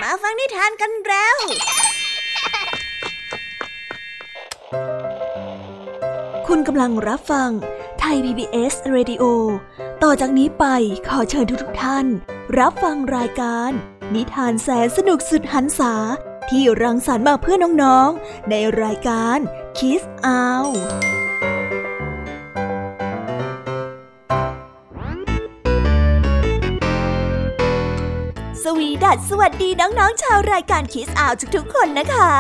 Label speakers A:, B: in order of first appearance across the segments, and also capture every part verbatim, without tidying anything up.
A: มาฟังนิทานกันแล้วคุณกำลังรับฟังไทย พี บี เอส Radio ต่อจากนี้ไปขอเชิญทุกๆท่านรับฟังรายการนิทานแสนสนุกสุดหรรษาที่รังสรรค์มาเพื่อน้องๆในรายการ Kids Outสวีดัสสวัสดีน้องๆชาวรายการ Kids Out ทุกๆคนนะคะ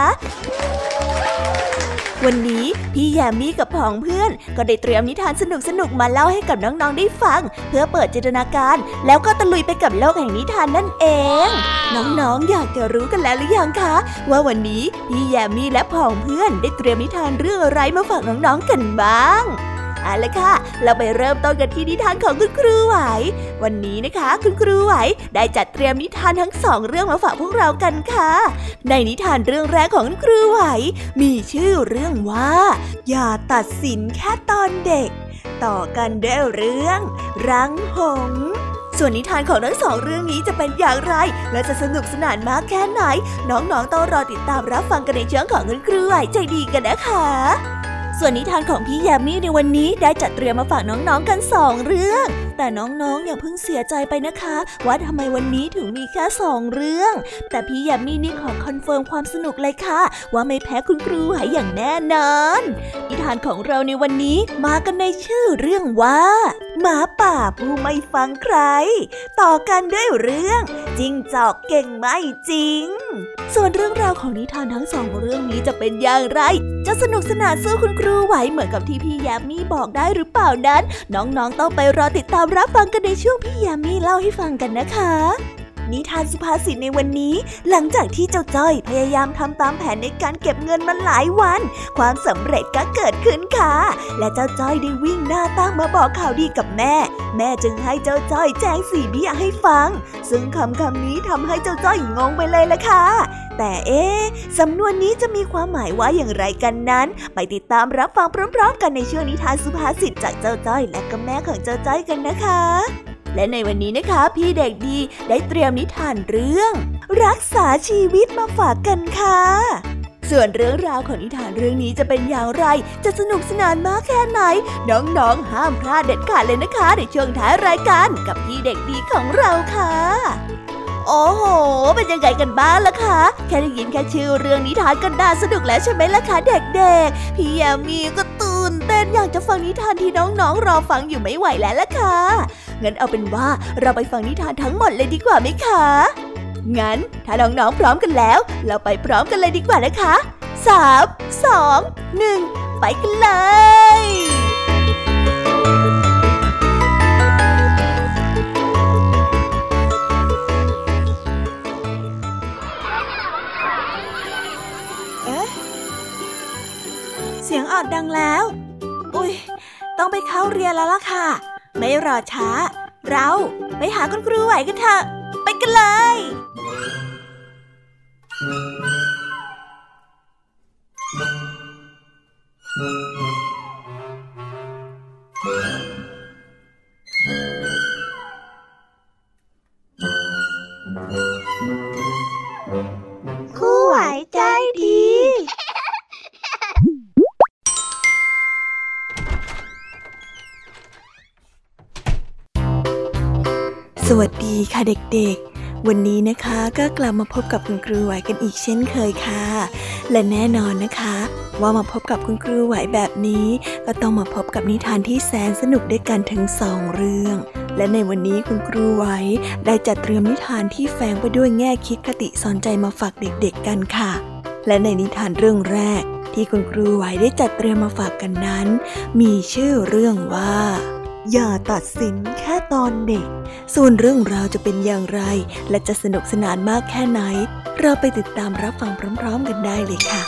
A: วันนี้พี่แยมมี่กับผองเพื่อนก็ได้เตรียมนิทานสนุกๆมาเล่าให้กับน้องๆได้ฟังเพื่อเปิดจินตนาการแล้วก็ตะลุยไปกับโลกแห่งนิทานนั่นเองน้องๆอยากจะรู้กันแล้วหรือยังคะว่าวันนี้พี่แยมมี่และผองเพื่อนได้เตรียมนิทานเรื่องอะไรมาฝากน้องๆกันบ้างเอาล่ะค่ะเราไปเริ่มต้นกันที่นิทานของคุณครูไหววันนี้นะคะคุณครูไหวได้จัดเตรียมนิทานทั้งสองเรื่องมาฝากพวกเรากันค่ะในนิทานเรื่องแรกของคุณครูไหวมีชื่อเรื่องว่าอย่าตัดสินแค่ตอนเด็กต่อกันด้วยเรื่องรังหงส์ส่วนนิทานของทั้งสองเรื่องนี้จะเป็นอย่างไรและจะสนุกสนานมากแค่ไหนน้องๆต้องรอติดตามรับฟังกันในช่วงของคุณครูไหวใจดีกันนะคะส่วนนิทานของพี่ยามีในวันนี้ได้จัดเตรียมมาฝากน้องๆกันสองเรื่องแต่น้องๆอย่าเพิ่งเสียใจไปนะคะว่าทำไมวันนี้ถึงมีแค่สองเรื่องแต่พี่ยามีนี่ขอคอนเฟิร์มความสนุกเลยค่ะว่าไม่แพ้คุณครูไหอย่างแน่นอนนิทานของเราในวันนี้มากันในชื่อเรื่องว่าหมาป่าผู้ไม่ฟังใครต่อกันด้วยเรื่องจิ้งจอกเก่งไม่จริงส่วนเรื่องราวของนิทานทั้งสองเรื่องนี้จะเป็นอย่างไรจะสนุกสนานสู้คุณครูไหวเหมือนกับที่พี่ยามีบอกได้หรือเปล่านั้นน้องๆต้องไปรอติดตามรับฟังกันในช่วงพี่ยามีเล่าให้ฟังกันนะคะนิทานสุภาษิตในวันนี้หลังจากที่เจ้าจ้อยพยายามทำตามแผนในการเก็บเงินมาหลายวันความสำเร็จก็เกิดขึ้นค่ะและเจ้าจ้อยได้วิ่งหน้าตั้งมาบอกข่าวดีกับแม่แม่จึงให้เจ้าจ้อยแจ้งสี่เบี้ยให้ฟังซึ่งคำคำนี้ทำให้เจ้าจ้อยงงไปเลยล่ะค่ะแต่เอ๊ะสำนวนนี้จะมีความหมายว่าอย่างไรกันนั้นไปติดตามรับฟังพร้อมๆกันในช่วงนิทานสุภาษิตจากเจ้าจ้อยและก็แม่ของเจ้าจ้อยกันนะคะและในวันนี้นะคะพี่เด็กดีได้เตรียมนิทานเรื่องรักษาชีวิตมาฝากกันค่ะส่วนเรื่องราวของนิทานเรื่องนี้จะเป็นอย่างไรจะสนุกสนานมากแค่ไหนน้องๆห้ามพลาดเด็ดขาดเลยนะคะในช่วงท้ายรายการกับพี่เด็กดีของเราค่ะโอ้โหเป็นยังไงกันบ้างล่ะคะแค่ได้ยินแค่ชื่อเรื่องนิทานก็น่าสนุกแล้วใช่ไหมล่ะคะเด็กๆพี่ยามีก็ตื่นเต้นอยากจะฟังนิทานที่น้องๆรอฟังอยู่ไม่ไหวแล้วล่ะค่ะงั้นเอาเป็นว่าเราไปฟังนิทานทั้งหมดเลยดีกว่าไหมคะงั้นถ้าน้องๆพร้อมกันแล้วเราไปพร้อมกันเลยดีกว่านะคะสาม สอง หนึ่งไปกันเลยเสียงออดดังแล้วอุ๊ยต้องไปเข้าเรียนแล้วล่ะค่ะไม่รอช้าเราไปหาคุณครูไหวกันเถอะไปกันเลยครูไหวใจดีสวัสดีค่ะเด็กๆวันนี้นะคะก็กลับมาพบกับคุณครูไหวกันอีกเช่นเคยค่ะและแน่นอนนะคะว่ามาพบกับคุณครูไหวแบบนี้ก็ต้องมาพบกับนิทานที่แสนสนุกด้วยกันทั้งสองเรื่องและในวันนี้คุณครูไหวได้จัดเตรียมนิทานที่แฝงไปด้วยแง่คิดคติสอนใจมาฝากเด็กๆกันค่ะและในนิทานเรื่องแรกที่คุณครูไหวได้จัดเตรียมมาฝากกันนั้นมีชื่อเรื่องว่าอย่าตัดสินแค่ตอนเด็กส่วนเรื่องราวจะเป็นอย่างไรและจะสนุกสนานมากแค่ไหนเราไปติดตามรับฟังพร้อมๆกันได้เลยค่ะ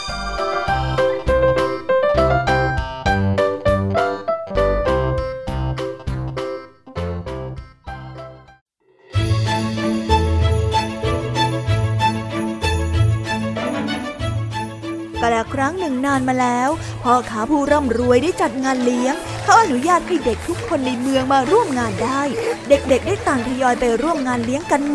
A: กาลครั้งหนึ่งนานมาแล้วพ่อค้าผู้ร่ำรวยได้จัดงานเลี้ยงเขาอนุญาตให้เด็กทุกคนในเมืองมาร่วมงานได้เด็กๆได้ต่างทยอยไปร่วมงานเลี้ยงกันหมด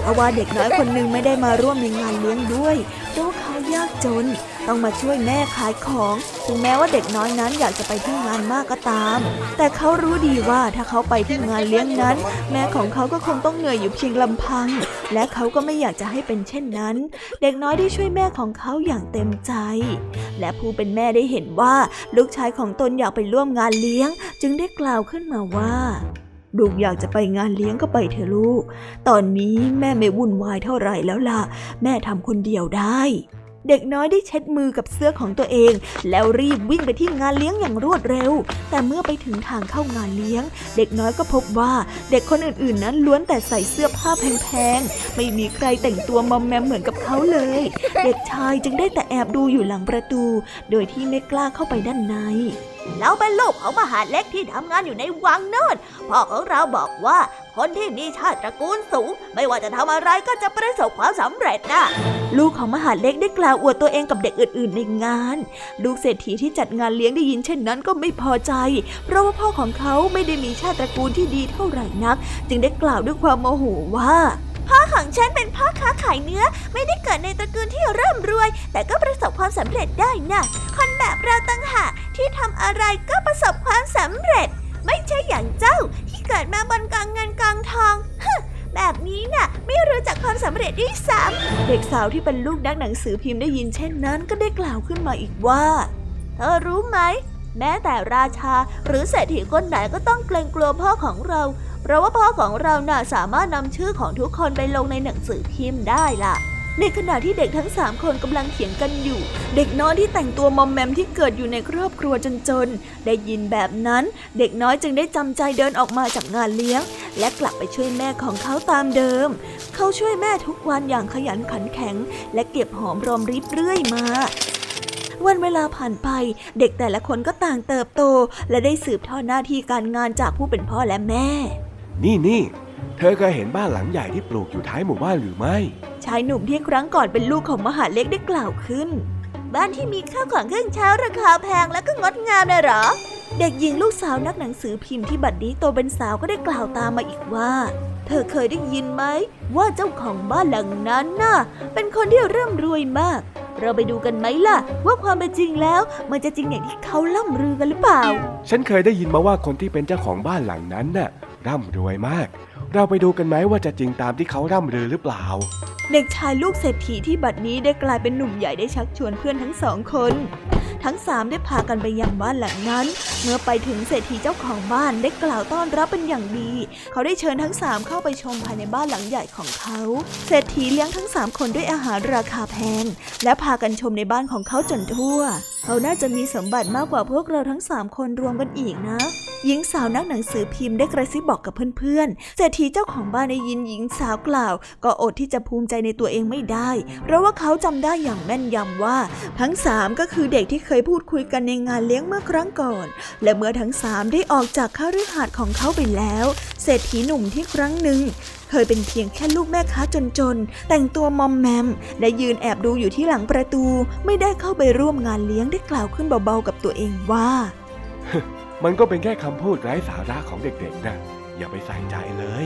A: เพราะว่าเด็กน้อยคนหนึ่งไม่ได้มาร่วมในงานเลี้ยงด้วยเพราะว่าเขายากจนต้องมาช่วยแม่ขายของถึงแม้ว่าเด็กน้อยนั้นอยากจะไปที่งานมากก็ตามแต่เขารู้ดีว่าถ้าเขาไปที่งานเลี้ยงนั้นแม่ของเขาก็คงต้องเหนื่อยอยู่เพียงลำพังและเขาก็ไม่อยากจะให้เป็นเช่นนั้นเด็กน้อยได้ช่วยแม่ของเขาอย่างเต็มใจและผู้เป็นแม่ได้เห็นว่าลูกชายของตนอยากไปร่วมงานเลี้ยงจึงได้กล่าวขึ้นมาว่าลูกอยากจะไปงานเลี้ยงก็ไปเถอะลูกตอนนี้แม่ไม่วุ่นวายเท่าไหร่แล้วล่ะแม่ทำคนเดียวได้เด็กน้อยได้เช็ดมือกับเสื้อของตัวเองแล้วรีบวิ่งไปที่งานเลี้ยงอย่างรวดเร็วแต่เมื่อไปถึงทางเข้างานเลี้ยงเด็กน้อยก็พบว่าเด็กคนอื่นๆนั้นล้วนแต่ใส่เสื้อผ้าแพงๆไม่มีใครแต่งตัวมอมแมมเหมือนกับเขาเลยเด็กชายจึงได้แต่แอบดูอยู่หลังประตูโดยที่ไม่กล้าเข้าไปด้านในเราเป็นลูกของมหาเล็กที่ทำงานอยู่ในวังโน่นพ่อของเราบอกว่าคนที่มีชาติตระกูลสูงไม่ว่าจะทำอะไรก็จะประสบความสำเร็จนะลูกของมหาเล็กได้กล่าวอวดตัวเองกับเด็กอื่นๆในงานลูกเศรษฐีที่จัดงานเลี้ยงได้ยินเช่นนั้นก็ไม่พอใจเพราะว่าพ่อของเขาไม่ได้มีชาติตระกูลที่ดีเท่าไหร่นักจึงได้กล่าวด้วยความโมโหว่าพ่อของฉันเป็นพ่อค้าขายเนื้อไม่ได้เกิดในตระกูลที่ร่ำรวยแต่ก็ประสบความสำเร็จได้นะคนแบบเราต่างหากที่ทำอะไรก็ประสบความสำเร็จไม่ใช่อย่างเจ้าที่เกิดมาบนกองเงินกองทองแบบนี้น่ะไม่รู้จักความสำเร็จด้วยซ้ำเด็กสาวที่เป็นลูกนักหนังสือพิมพ์ได้ยินเช่นนั้นก็ได้กล่าวขึ้นมาอีกว่าเธอรู้ไหมแม้แต่ราชาหรือเศรษฐีคนไหนก็ต้องเกรงกลัวพ่อของเราเพราะว่าพ่อของเราน่ะสามารถนำชื่อของทุกคนไปลงในหนังสือพิมพ์ได้ล่ะในขณะที่เด็กทั้งสามคนกำลังเถียงกันอยู่เด็กน้อยที่แต่งตัวมอมแมมที่เกิดอยู่ในครอบครัวจนๆได้ยินแบบนั้นเด็กน้อยจึงได้จำใจเดินออกมาจากงานเลี้ยงและกลับไปช่วยแม่ของเขาตามเดิมเขาช่วยแม่ทุกวันอย่างขยันขันแข็งและเก็บหอมรอมริบเรื่อยมาวันเวลาผ่านไปเด็กแต่ละคนก็ต่างเติบโตและได้สืบทอดหน้าที่การงานจากผู้เป็นพ่อและแม่
B: นี่นี่เธอเคยเห็นบ้านหลังใหญ่ที่ปลูกอยู่ท้ายหมู่บ้านหรือไม่
A: ชายหนุ่มที่ครั้งก่อนเป็นลูกของมหาเล็กได้กล่าวขึ้นบ้านที่มีข้าวของเครื่องใช้ราคาแพงและก็งดงามน่ะเหรอเด็กหญิงลูกสาวนักหนังสือพิมพ์ที่บัดนี้โตเป็นสาวก็ได้กล่าวตามมาอีกว่าเธอเคยได้ยินไหมว่าเจ้าของบ้านหลังนั้นน่ะเป็นคนที่ร่ำรวยมากเราไปดูกันไหมล่ะว่าความเป็นจริงแล้วมันจะจริงอย่างที่เขาล่ำลือกันหรือเปล่า
B: ฉันเคยได้ยินมาว่าคนที่เป็นเจ้าของบ้านหลังนั้นน่ะร่ำรวยมากเราไปดูกันไหมว่าจะจริงตามที่เขาร่ำลือหรือเปล่า
A: เด็กชายลูกเศรษฐีที่บัดนี้ได้กลายเป็นหนุ่มใหญ่ได้ชักชวนเพื่อนทั้งสองคนทั้งสามได้พากันไปยังบ้านหลังนั้นเมื่อไปถึงเศรษฐีเจ้าของบ้านได้กล่าวต้อนรับเป็นอย่างดีเขาได้เชิญทั้งสามเข้าไปชมภายในบ้านหลังใหญ่ของเขาเศรษฐีเลี้ยงทั้งสามคนด้วยอาหารราคาแพงและพากันชมในบ้านของเขาจนทั่วเขาน่าจะมีสมบัติมากกว่าพวกเราทั้งสามคนรวมกันอีกนะหญิงสาวนักหนังสือพิมพ์ได้กระซิบบอกกับเพื่อนๆเศรษฐีเจ้าของบ้านได้ยินหญิงสาวกล่าวก็อดที่จะภูมิใจในตัวเองไม่ได้เพราะว่าเขาจำได้อย่างแม่นยำว่าทั้งสามก็คือเด็กที่เคยพูดคุยกันในงานเลี้ยงเมื่อครั้งก่อนและเมื่อทั้งสามได้ออกจากคฤหาสน์ของเขาไปแล้วเศรษฐีหนุ่มที่ครั้งหนึ่งเคยเป็นเพียงแค่ลูกแม่ค้าจนๆแต่งตัวมอมแมมและยืนแอบดูอยู่ที่หลังประตูไม่ได้เข้าไปร่วมงานเลี้ยงได้กล่าวขึ้นเบาๆกับตัวเองว่า
B: มันก็เป็นแค่คำพูดไร้สาระของเด็กๆนะอย่าไปใส่ใจเลย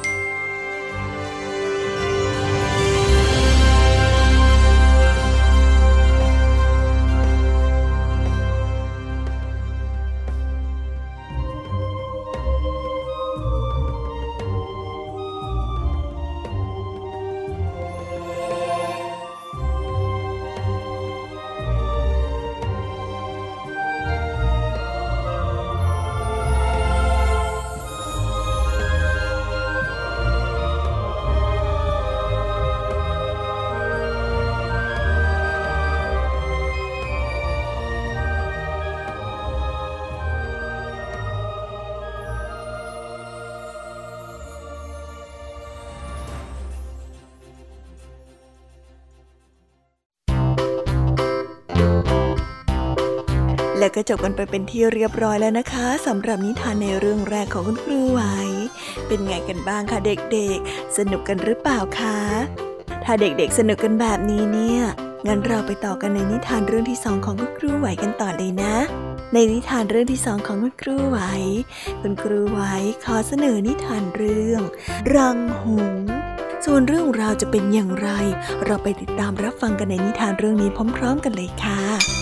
A: และก็จบกันไปเป็นที่เรียบร้อยแล้วนะคะสำหรับนิทานในเรื่องแรกของคุณครูไหวเป็นไงกันบ้างคะเด็กๆสนุกกันหรือเปล่าคะถ้าเด็กๆสนุกกันแบบนี้เนี่ยงั้นเราไปต่อกันในนิทานเรื่องที่สองของคุณครูไหวกันต่อเลยนะในนิทานเรื่องที่สองของคุณครูไหวคุณครูไหวขอเสนอนิทานเรื่องรังหงส์
C: ส่วนเรื่องราวจะเป็นอย่างไรเราไปติดตามรับฟังกันในนิทานเรื่องนี้พร้อมๆกันเลยค่ะ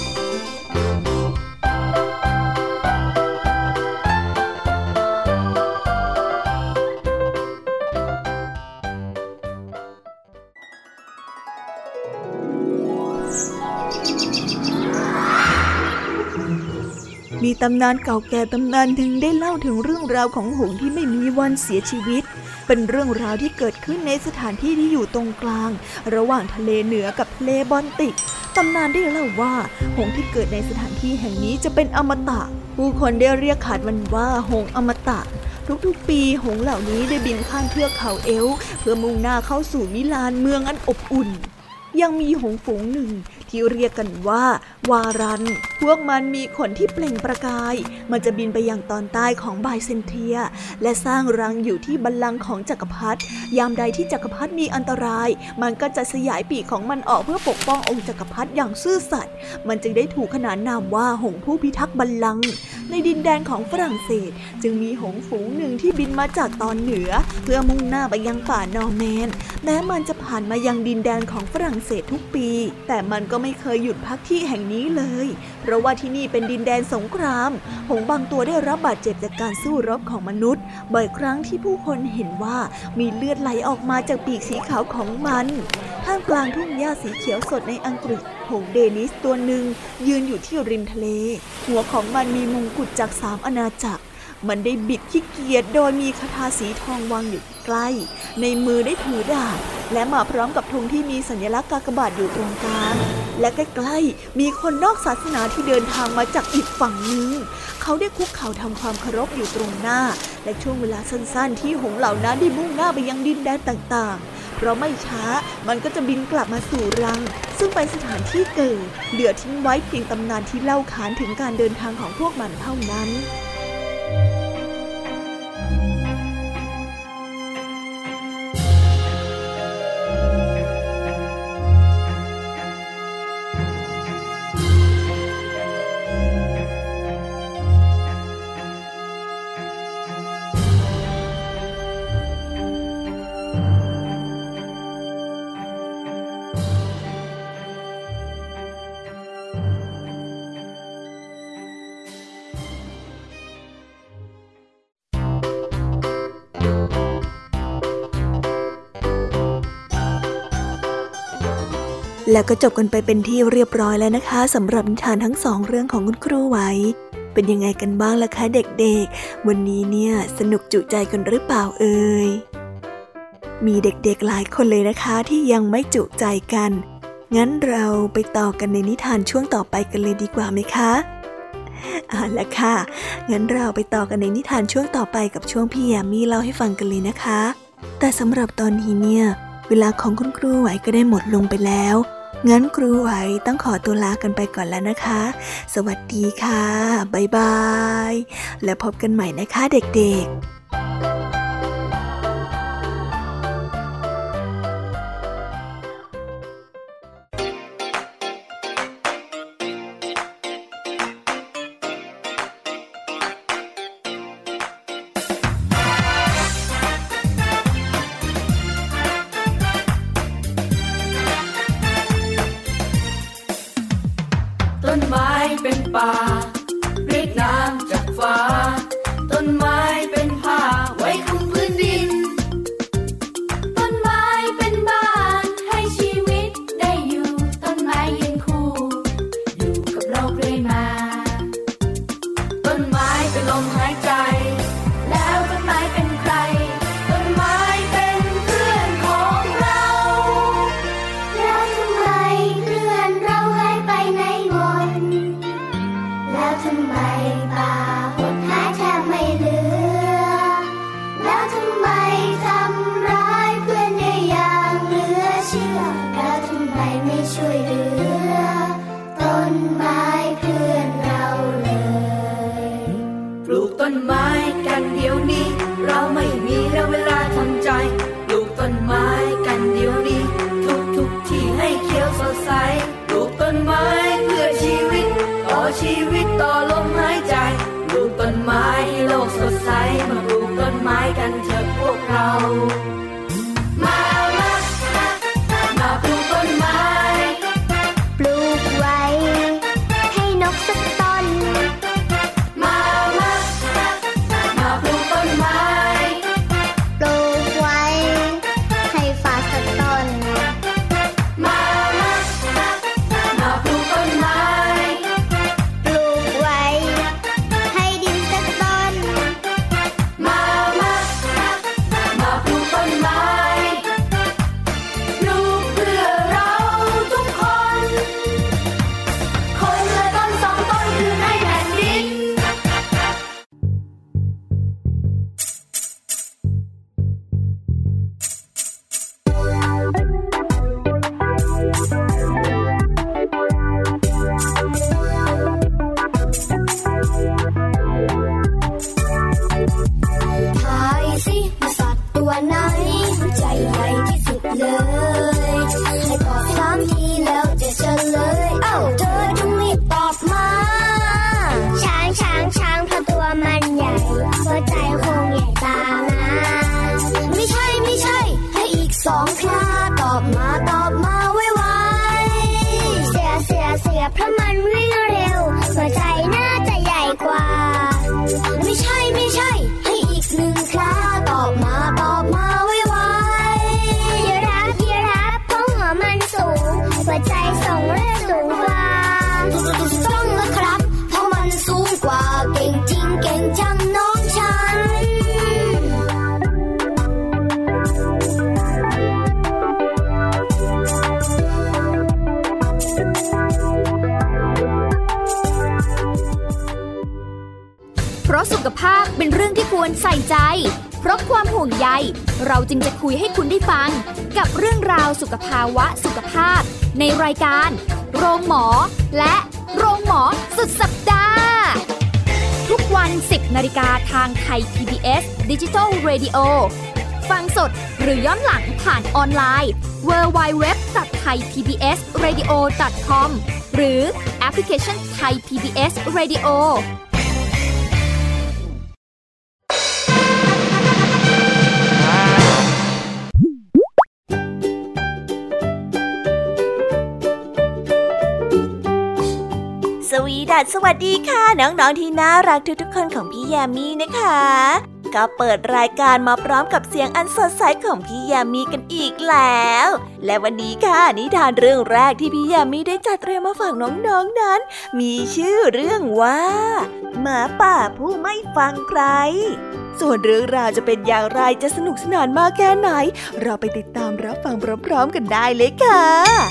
C: มีตำนานเก่าแก่ตำนานหนึ่งได้เล่าถึงเรื่องราวของหงส์ที่ไม่มีวันเสียชีวิตเป็นเรื่องราวที่เกิดขึ้นในสถานที่ที่อยู่ตรงกลางระหว่างทะเลเหนือกับทะเลบอลติกตำนานได้เล่าว่าหงส์ที่เกิดในสถานที่แห่งนี้จะเป็นอมตะผู้คนได้เรียกขานมันว่าหงส์อมตะทุกๆปีหงส์เหล่านี้ได้บินข้ามเทือกเขาเอลป์เพื่อมุ่งหน้าเข้าสู่มิลานเมืองอันอบอุ่นยังมีหงส์ฝูงหนึ่งที่เรียกกันว่าวารันพวกมันมีขนที่เปล่งประกายมันจะบินไปยังตอนใต้ของไบเซนเทียและสร้างรังอยู่ที่บัลลังก์ของจักรพรรดิยามใดที่จักรพรรดิมีอันตรายมันก็จะสยายปีกของมันออกเพื่อปกป้ององค์จักรพรรดิอย่างซื่อสัตย์มันจึงได้ถูกขนานนามว่าหงส์ผู้พิทักษ์บัลลังก์ในดินแดนของฝรั่งเศสจึงมีหงส์ฝูงหนึ่งที่บินมาจากตอนเหนือเพื่อมุ่งหน้าไปยังป่านอร์แมนแม้มันจะผ่านมายังดินแดนของฝรั่งเศสทุกปีแต่มันก็ไม่เคยหยุดพักที่แห่งนี้เลยเพราะว่าที่นี่เป็นดินแดนสงครามหงส์บางตัวได้รับบาดเจ็บจากการสู้รบของมนุษย์บ่อยครั้งที่ผู้คนเห็นว่ามีเลือดไหลออกมาจากปีกสีขาวของมันท่ามกลางทุ่งหญ้าสีเขียวสดในอังกฤษหงส์เดนิสตัวหนึ่งยืนอยู่ที่ริมทะเลหัวของมันมีมงกุฎจากสามอาณาจักรมันได้บิดขี้เกียจโดยมีคาถาสีทองวางอยู่ใกล้ในมือได้ถือดาบและมาพร้อมกับธงที่มีสัญลักษณ์กากบาทอยู่ตรงกลางและใกล้ๆมีคนนอกศาสนาที่เดินทางมาจากอีกฝั่งหนึ่งเขาได้คุกเข่าทำความเคารพอยู่ตรงหน้าและช่วงเวลาสั้นๆที่หงส์เหล่านั้นได้มุ่งหน้าไปยังดินแดนต่างๆเพราะไม่ช้ามันก็จะบินกลับมาสู่รังซึ่งเป็นสถานที่เกิดเหลือทิ้งไว้เพียงตำนานที่เล่าขานถึงการเดินทางของพวกมันเท่านั้นแล้วก็จบกันไปเป็นที่เรียบร้อยแล้วนะคะสำหรับนิทานทั้งสองเรื่องของคุณครูไหวเป็นยังไงกันบ้างล่ะคะเด็กๆวันนี้เนี่ยสนุกจุใจกันหรือเปล่าเอ่ยมีเด็กๆหลายคนเลยนะคะที่ยังไม่จุใจกันงั้นเราไปต่อกันในนิทานช่วงต่อไปกันเลยดีกว่าไหมคะเอาล่ะค่ะงั้นเราไปต่อกันในนิทานช่วงต่อไปกับช่วงพี่แยมมี่เล่าให้ฟังกันเลยนะคะแต่สำหรับตอนนี้เนี่ยเวลาของคุณครูไหวก็ได้หมดลงไปแล้วงั้นครูไหวต้องขอตัวลากันไปก่อนแล้วนะคะสวัสดีค่ะบ๊ายบายแล้วพบกันใหม่นะคะเด็กๆ
D: ต้นไม้เป็นป่าเรียกน้ำจากฟ้าต้นไม้เป็นผ้าไว้คลุมพื้นดินต้นไม้เป็นบ้านให้ชีวิตได้อยู่ต้นไม้ยืนคู่อยู่กับเราเรื่อยมาต้นไม้เป็นลมหายใจแล้วต้นไม้เป็นใครต้นไม้เป็นเพื่อนของเราแล้วทำไมเพื่อนเราหายไปไหนหมดแล้วทำไมป่าหดหายแทบไม่เหลือแล้วทำไมทำร้ายเพื่อนได้อย่างเหลือเชื่อแล้วทำไมไม่ช่วยเหลือต้นไม้เพื่อนเราเลยปลูกต้นไม้กันเดี๋ยวนี้เราไม่มีแล้วเวลาทำใจปลูกต้นไม้กันเดี๋ยวนี้ทุกทุกที่ให้เขียวสดใสปลูกต้นไม้เพื่อชีวิตต่อชีวิตต่อลมหายใจปลูกต้นไม้ให้โลกสดใสมาปลูกต้นไม้กันเถอะพวกเรามา
E: คลาตอบมาตอบมาไวๆเสียเสียเสียเพราะมันวิ่งเร็วหัวใจน่าจะใหญ่กว่าไม่ใช่ไม่ใช่ให้อีกหนึ่งคลาตอบมาตอบมาไวๆยีราฟยีราฟเพราะหัวมันสูงหัวใจส่งเลือดสูงกว่าต้องแล้วครับเพราะมันสูงกว่าเก่งจริงเก่งจังน้องฉัน
F: เพราะสุขภาพเป็นเรื่องที่ควรใส่ใจเพราะความห่วงใยเราจึงจะคุยให้คุณได้ฟังกับเรื่องราวสุขภาวะสุขภาพในรายการโรงหมอและโรงหมอสุดสัปดาห์ทุกวัน สิบนาฬิกาทางไทย พี บี เอส Digital Radio ฟังสดหรือย้อนหลังผ่านออนไลน์ ดับเบิลยู ดับเบิลยู ดับเบิลยู ดอท ไทยพีบีเอสเรดิโอ ดอท คอม หรือแอปพลิเคชัน Thai พี บี เอส Radio
A: สวีดัสสวัสดีค่ะน้องๆที่น่ารักทุกๆคนของพี่ยามีนะคะก็เปิดรายการมาพร้อมกับเสียงอันสดใสของพี่ยามีกันอีกแล้วและวันนี้ค่ะนิทานเรื่องแรกที่พี่ยามีได้จัดเตรียมมาฝากน้องๆ น, นั้นมีชื่อเรื่องว่าหมาป่าผู้ไม่ฟังใครส่วนเรื่องราวจะเป็นอย่างไรจะสนุกสนานมากแค่ไหนเราไปติดตามรับฟังพร้อมๆกันได้เลยค่ะ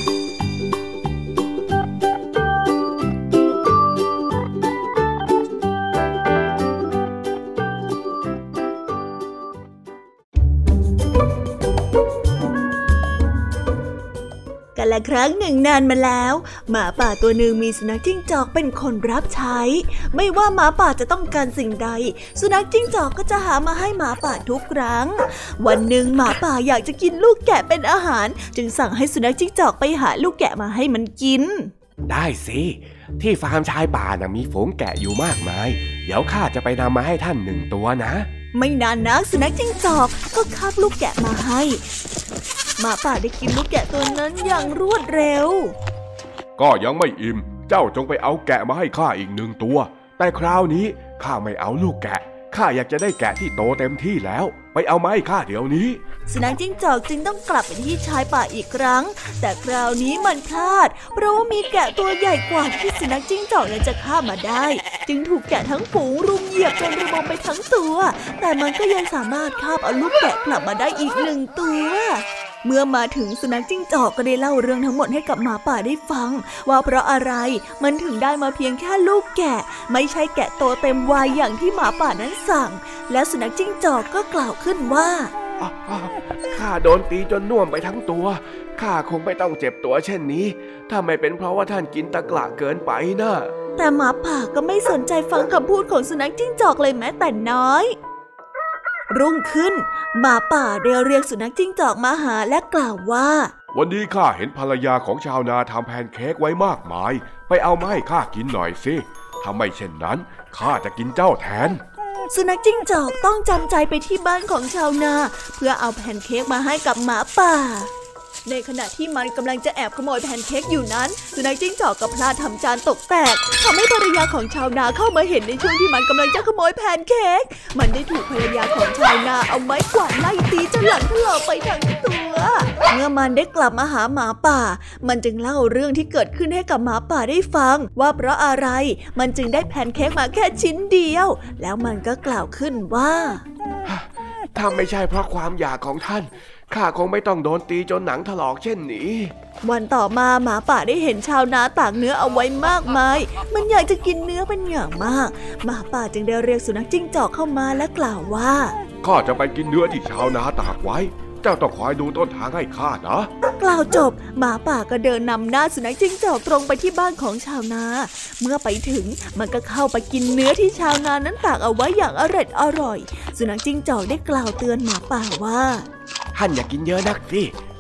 A: กันละครั้งหนึ่งนานมาแล้วหมาป่าตัวหนึ่งมีสุนัขจิ้งจอกเป็นคนรับใช้ไม่ว่าหมาป่าจะต้องการสิ่งใดสุนัขจิ้งจอกก็จะหามาให้หมาป่าทุกครั้งวันหนึ่งหมาป่าอยากจะกินลูกแกะเป็นอาหารจึงสั่งให้สุนัขจิ้งจอกไปหาลูกแกะมาให้มันกิน
B: ได้สิที่ฟาร์มชายป่าน่ะมีฝูงแกะอยู่มากมายเดี๋ยวข้าจะไปนำมาให้ท่านหนึ่งตัวนะ
A: ไม่นานนักสุนัขจิ้งจอกก็คาบลูกแกะมาให้หมาป่าได้กินลูกแกะตัวนั้นอย่างรวดเร็ว
B: ก็ยังไม่อิ่มเจ้าจงไปเอาแกะมาให้ข้าอีกหนึ่งตัวแต่คราวนี้ข้าไม่เอาลูกแกะข้าอยากจะได้แกะที่โตเต็มที่แล้วไปเอามาให้ข้าเดี๋ยวนี้
A: สุนัขจิ้งจอกจึงต้องกลับไปที่ชายป่าอีกครั้งแต่คราวนี้มันพลาดเพราะว่ามีแกะตัวใหญ่กว่าที่สุนัขจิ้งจอกนั้นจะฆ่ามาได้จึงถูกแกะทั้งฝูงรุมเหยียบจนระบมไปทั้งตัวแต่มันก็ยังสามารถคาบเอาลูกแกะกลับมาได้อีกหนึ่งตัวเมื่อมาถึงสุนัขจิ้งจอกก็ได้เล่าเรื่องทั้งหมดให้กับหมาป่าได้ฟังว่าเพราะอะไรมันถึงได้มาเพียงแค่ลูกแกะไม่ใช่แกะโตเต็มวัยอย่างที่หมาป่านั้นสั่งและสุนัขจิ้งจอกก็กล่าวขึ้นว่า
B: ข้าโดนตีจนน่วมไปทั้งตัวข้าคงไม่ต้องเจ็บตัวเช่นนี้ถ้าไม่เป็นเพราะว่าท่านกินตะกละเกินไปนะ
A: แต่หมาป่าก็ไม่สนใจฟังคำพูดของสุนัขจิ้งจอกเลยแม้แต่น้อยรุ่งขึ้นหมาป่าเรียกเรียกสุนัขจิ้งจอกมาหาและกล่าวว่า
B: วันนี้ข้าเห็นภรรยาของชาวนาทำแพนเค้กไว้มากมายไปเอามาให้ข้ากินหน่อยสิถ้าไม่เช่นนั้นข้าจะกินเจ้าแทน
A: สุนัขจิ้งจอกต้องจำใจไปที่บ้านของชาวนาเพื่อเอาแพนเค้กมาให้กับหมาป่าในขณะที่มันกำลังจะแอบขโมยแพนเค้กอยู่นั้นสุนัขจิ้งจอกก็พลาดทำจานตกแตกทำให้ภรรยาของชาวนาเข้ามาเห็นในช่วงที่มันกำลังจะขโมยแพนเค้กมันได้ถูกภรรยาของชาวนาเอาไม้กวาดไล่ตีจนหลังถลอกไปทั้งตัวเมื่อมันได้กลับมาหาหมาป่ามันจึงเล่าเรื่องที่เกิดขึ้นให้กับหมาป่าได้ฟังว่าเพราะอะไรมันจึงได้แพนเค้กมาแค่ชิ้นเดียวแล้วมันก็กล่าวขึ้นว่า
B: ถ้าไม่ใช่เพราะความอยากของท่านข้าคงไม่ต้องโดนตีจนหนังถลอกเช่นนี้
A: วันต่อมาหมาป่าได้เห็นชาวนาตากเนื้อเอาไว้มากมายมันอยากจะกินเนื้อเป็นอย่างมากหมาป่าจึงได้เรียกสุนัขจิ้งจอกเข้ามาและกล่าวว่า
B: ข้าจะไปกินเนื้อที่ชาวนาตากไว้เจ้าต้องคอยดูต้นทางให้ข้านะ
A: กล่าวจบหมาป่าก็เดินนำหน้าสุนัขจิ้งจอกตรงไปที่บ้านของชาวนาเมื่อไปถึงมันก็เข้าไปกินเนื้อที่ชาวนานั้นตากเอาไว้อย่างอร่อยอร่อยสุนัขจิ้งจอกได้กล่าวเตือนหมาป่าว่า
B: ท่านอย่ากินเยอะนักสิถ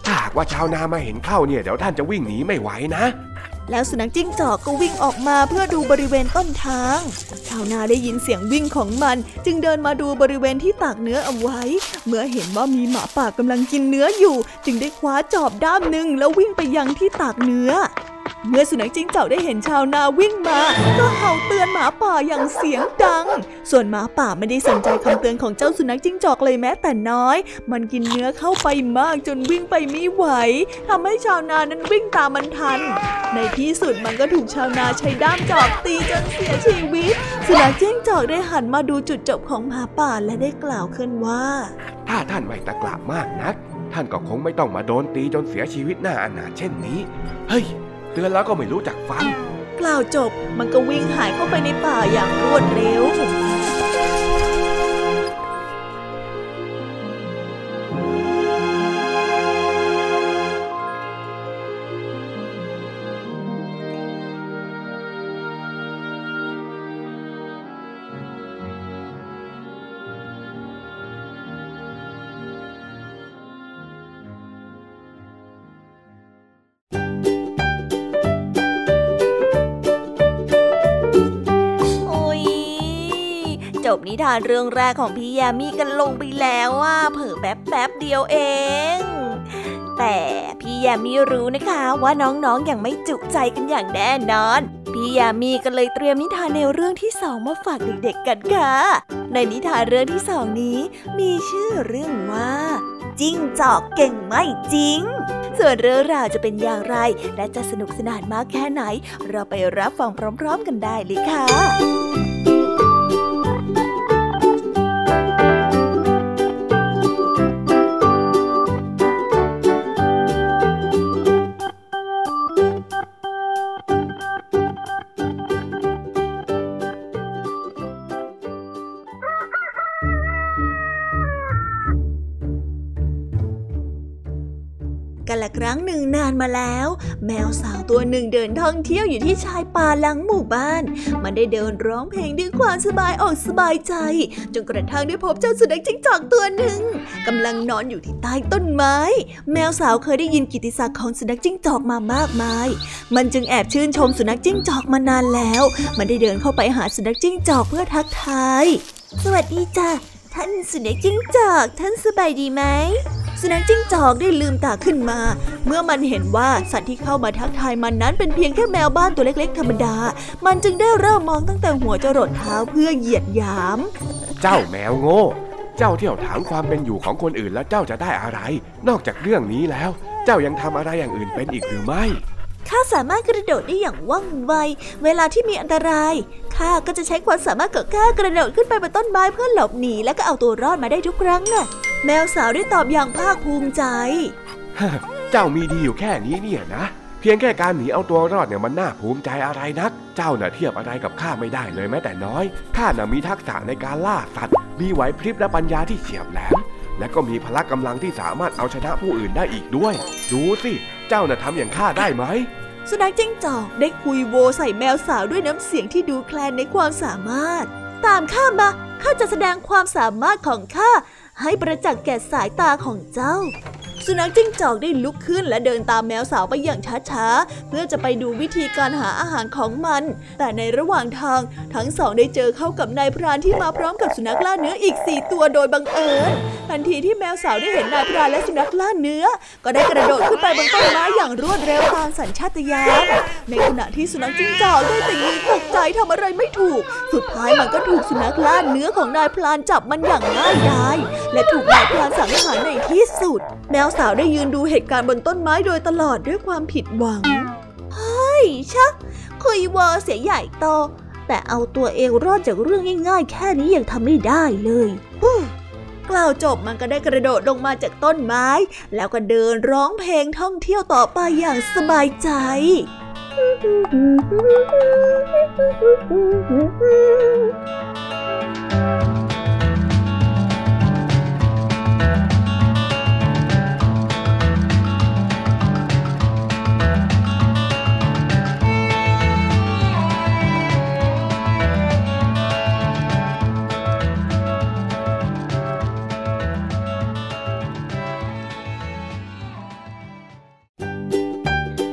B: ถ้าหากว่าชาวนามาเห็นเข้าเนี่ยเดี๋ยวท่านจะวิ่งหนีไม่ไหวนะ
C: แล้วสุนัขจิ้งจอกก็วิ่งออกมาเพื่อดูบริเวณต้นทางชาวนาได้ยินเสียงวิ่งของมันจึงเดินมาดูบริเวณที่ตากเนื้อเอาไว้เมื่อเห็นว่ามีหมาป่ากำลังกินเนื้ออยู่จึงได้คว้าจอบด้ามหนึ่งแล้ววิ่งไปยังที่ตากเนื้อเมื่อสุนัขจิ้งจอกได้เห็นชาวนาวิ่งมาก็เห่าเตือนหมาป่าอย่างเสียงดังส่วนหมาป่าไม่ได้สนใจคำเตือนของเจ้าสุนัขจิ้งจอกเลยแม้แต่น้อยมันกินเนื้อเข้าไปมากจนวิ่งไปไม่ไหวทำให้ชาวนานั้นวิ่งตามมันทันในที่สุดมันก็ถูกชาวนาใช้ด้ามจอบตีจนเสียชีวิตสุนัขจิ้งจอกได้หันมาดูจุดจบของหมาป่าและได้กล่าวขึ้นว่า
B: ถ้าท่านไม่ตะกละมากนักท่านก็คงไม่ต้องมาโดนตีจนเสียชีวิตหน้าอนาถเช่นนี้เฮ้ยเตือนแล้วก็ไม่รู้จักฟัง
C: กล่าวจบมันก็วิ่งหายเข้าไปในป่าอย่างรวดเร็ว
A: จบนิทานเรื่องแรกของพี่ยามีกันลงไปแล้วว่าเผลอแป๊บแป๊บเดียวเองแต่พี่ยามีรู้นะคะว่าน้องๆ อ, อย่างไม่จุใจกันอย่างแน่นอนพี่ยามีก็เลยเตรียมนิทานในเรื่องที่สองมาฝากเด็กๆกันค่ะในนิทานเรื่องที่สองนี้มีชื่อเรื่องว่าจิ้งจอกเก่งไม่จริงส่วนเรื่องราวจะเป็นอย่างไรและจะสนุกสนานมากแค่ไหนเราไปรับฟังพร้อมๆกันได้เลยค่ะกันละครั้งหนึ่งนานมาแล้วแมวสาวตัวหนึ่งเดินท่องเที่ยวอยู่ที่ชายป่าหลังหมู่บ้านมันได้เดินร้องเพลงด้วยความสบายอกสบายใจจนกระทั่งได้พบเจ้าสุนัขจิ้งจอกตัวหนึ่งกำลังนอนอยู่ที่ใต้ต้นไม้แมวสาวเคยได้ยินกิตติศักดิ์ของสุนัขจิ้งจอกมามากมายมันจึงแอบชื่นชมสุนัขจิ้งจอกมานานแล้วมันได้เดินเข้าไปหาสุนัขจิ้งจอกเพื่อทักทายสวัสดีจ้ะท่านสุนัขจิ้งจอกท่านสบายดีไหมสุนัขจิ้งจอกได้ลืมตาขึ้นมาเมื่อมันเห็นว่าสัตว์ที่เข้ามาทักทายมันนั้นเป็นเพียงแค่แมวบ้านตัวเล็กๆธรรมดามันจึงได้เริ่มมองตั้งแต่หัวจรดเท้าเพื่อเหยียดหยาม
B: เจ้าแมวโง่เจ้าเที่ยวถามความเป็นอยู่ของคนอื่นแล้วเจ้าจะได้อะไรนอกจากเรื่องนี้แล้วเจ้ายังทำอะไรอย่างอื่นเป็นอีกหรือไม่
A: ข้าสามารถกระโดดได้อย่างว่องไวเวลาที่มีอันตรายข้าก็จะใช้ความสามารถของข้ากระโดดขึ้นไปบนต้นไม้เพื่อหลบหนีและก็เอาตัวรอดมาได้ทุกครั้งน่ะแมวสาวได้ตอบอย่างภาคภูมิใจ
B: เจ้ามีดีอยู่แค่นี้เนี่ยนะเพียงแค่การหนีเอาตัวรอดเนี่ยมันน่าภูมิใจอะไรนักเจ้าน่ะเทียบอะไรกับข้าไม่ได้เลยแม้แต่น้อยข้าน่ะมีทักษะในการล่าสัตว์มีไหวพริบและปัญญาที่เฉียบแหลมและก็มีพละกำลังที่สามารถเอาชนะผู้อื่นได้อีกด้วยดูสิเจ้าน่ะทำอย่างข้าได้ไหม
C: สุนัขจิ้งจอกได้คุยโวใส่แมวสาวด้วยน้ำเสียงที่ดูแคลนในความสามารถตามข้ามาข้าจะแสดงความสามารถของข้าให้ประจักษ์แก่สายตาของเจ้าสุนัขจิ้งจอกได้ลุกขึ้นและเดินตามแมวสาวไปอย่างช้าๆเพื่อจะไปดูวิธีการหาอาหารของมันแต่ในระหว่างทางทั้งสองได้เจอเข้ากับนายพรานที่มาพร้อมกับสุนัขล่าเนื้ออีกสี่ตัวโดยบังเอิญทันทีที่แมวสาวได้เห็นนายพรานและสุนัขล่าเนื้อก็ได้กระโดดขึ้นไปบนต้นไม้อย่างรวดเร็วตามสัญชาตญาณในขณะที่สุนัขจิ้งจอกได้แต่ยืนตกใจทำอะไรไม่ถูกสุดท้ายมันก็ถูกสุนัขล่าเนื้อของนายพรานจับมันอย่างง่ายดายและถูกนายพรานสังหารในที่สุดแมวสาวได้ยืนดูเหตุการณ์บนต้นไม้โดยตลอดด้วยความผิดหวังเฮ้ยชักคุยวอเสียใหญ่โตแต่เอาตัวเองรอดจากเรื่องง่ายๆแค่นี้ยังทำไม่ได้เลยกล่าวจบมันก็ได้กระโดดลงมาจากต้นไม้แล้วก็เดินร้องเพลงท่องเที่ยวต่อไปอย่างสบายใจ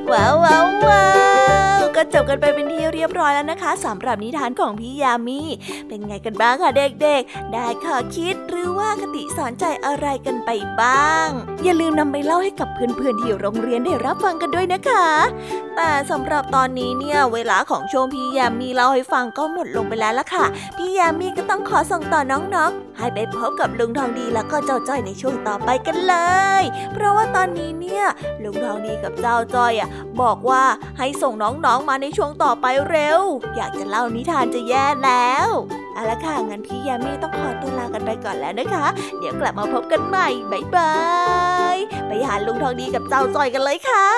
A: ว้าวว้าวว้าวก็จบกันไปเป็นที่เรียบร้อยแล้วนะคะสำหรับนิทานของพี่ยามีเป็นไงกันบ้างคะเด็กๆได้ข้อคิดหรือว่าคติสอนใจอะไรกันไปบ้างอย่าลืมนำไปเล่าให้กับเพื่อนๆที่โรงเรียนได้รับฟังกันด้วยนะคะแต่สำหรับตอนนี้เนี่ยเวลาของช่วงพี่ยามีเล่าให้ฟังก็หมดลงไปแล้วล่ะค่ะพี่ยามีก็ต้องขอส่งต่อน้องๆให้ไปพบกับลุงทองดีแล้วก็เจ้าจ้อยในช่วงต่อไปกันเลยเพราะว่าตอนนี้เนี่ยลุงทองดีกับเจ้าจ้อยอ่ะบอกว่าให้ส่งน้องๆมาในช่วงต่อไปเร็วอยากจะเล่านิทานจะแย่แล้วเอาละค่ะงั้นพี่ยามีต้องขอตัวลากันไปก่อนแล้วนะคะเดี๋ยวกลับมาพบกันใหม่บ๊ายบายไปหาลุงทองดีกับเจ้าจ้อยกันเลยค่ะ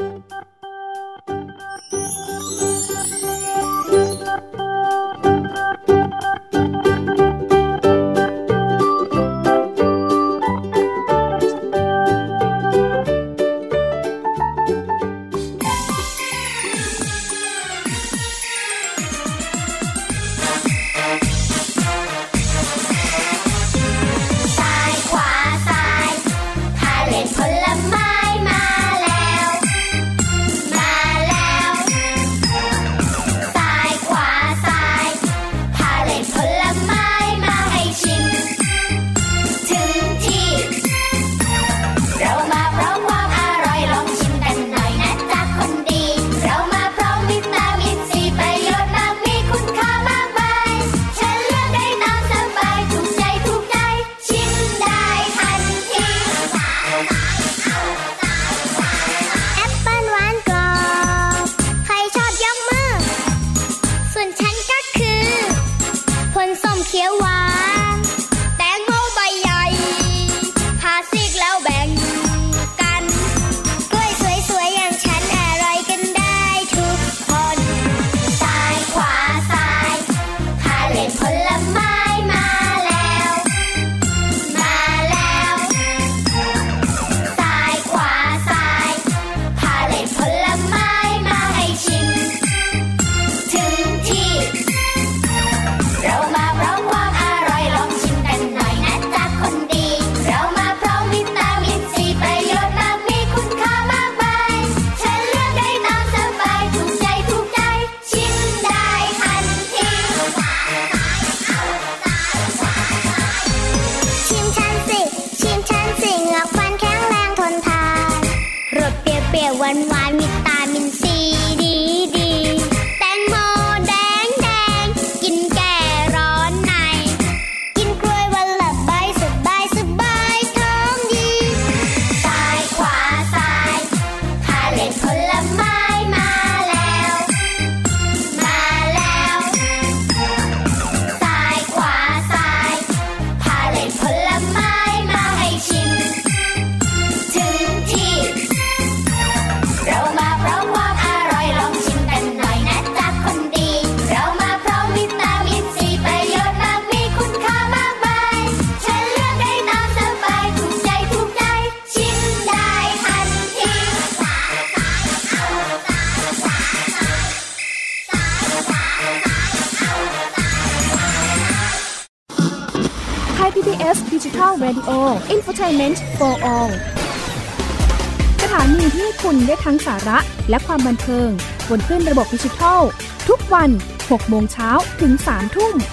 G: Digital Radio Infotainment for All สถานีที่คุณได้ทั้งสาระและความบันเทิงบนคลื่นระบบดิจิทัลทุกวัน หกโมงเช้าถึง สามทุ่ม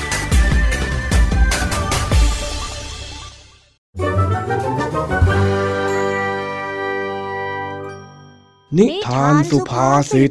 H: นิทานสุภาษิต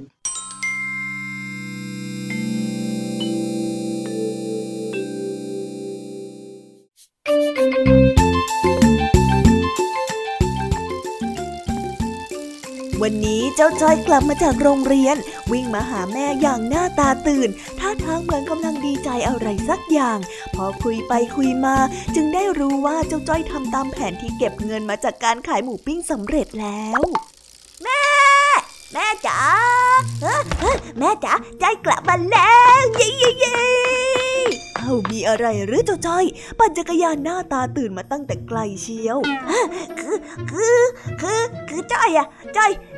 A: วันนี้เจ้าจ้อยกลับมาจากโรงเรียนวิ่งมาหาแม่อย่างหน้าตาตื่นท่าทางเหมือนกำลังดีใจอะไรสักอย่างพอคุยไปคุยมาจึงได้รู้ว่าเจ้าจ้อยทำตามแผนที่เก็บเงินมาจากการขายหมูปิ้งสำเร็จแล้วแม่แม่จ๋าแม่จ๋าจ้อยกลับมาแล้วเย้เย้เย้เอ้ามีอะไรหรือเจ้าจ้อยปั่นจักรยานหน้าตาตื่นมาตั้งแต่ไกลเชียวคือคือคือคือจ้อยอะจ้อยจ้อย